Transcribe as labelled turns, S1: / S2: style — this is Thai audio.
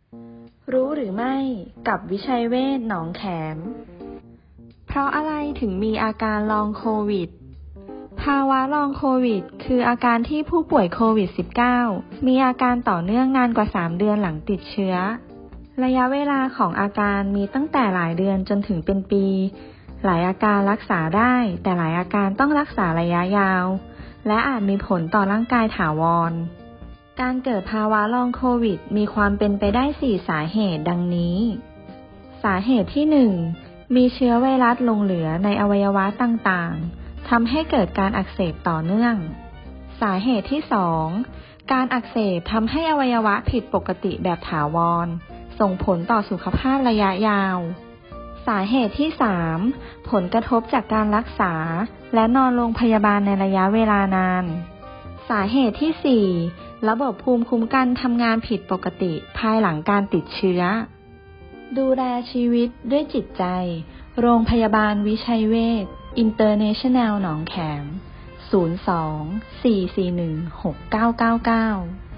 S1: รู้หรือไม่กับวิชัยเวชหนองแขมเพราะอะไรถึงมีอาการลองโควิดภาวะลองโควิดคืออาการที่ผู้ป่วยโควิด -19 มีอาการต่อเนื่องนานกว่า3 เดือนหลังติดเชื้อระยะเวลาของอาการมีตั้งแต่หลายเดือนจนถึงเป็นปีหลายอาการรักษาได้แต่หลายอาการต้องรักษาระยะยาวและอาจมีผลต่อร่างกายถาวรการเกิดภาวะลองโควิดมีความเป็นไปได้ 4 สาเหตุดังนี้สาเหตุที่ 1 มีเชื้อไวรัสหลงเหลือในอวัยวะต่างๆทำให้เกิดการอักเสบต่อเนื่องสาเหตุที่ 2 การอักเสบทำให้อวัยวะผิดปกติแบบถาวรส่งผลต่อสุขภาพระยะยาวสาเหตุที่ 3 ผลกระทบจากการรักษาและนอนโรงพยาบาลในระยะเวลานานสาเหตุที่ 4 ระบบภูมิคุ้มกันทำงานผิดปกติภายหลังการติดเชื้อดูแลชีวิตด้วยจิตใจโรงพยาบาลวิชัยเวชอินเตอร์เนชั่นแนลหนองแขม02 441 6999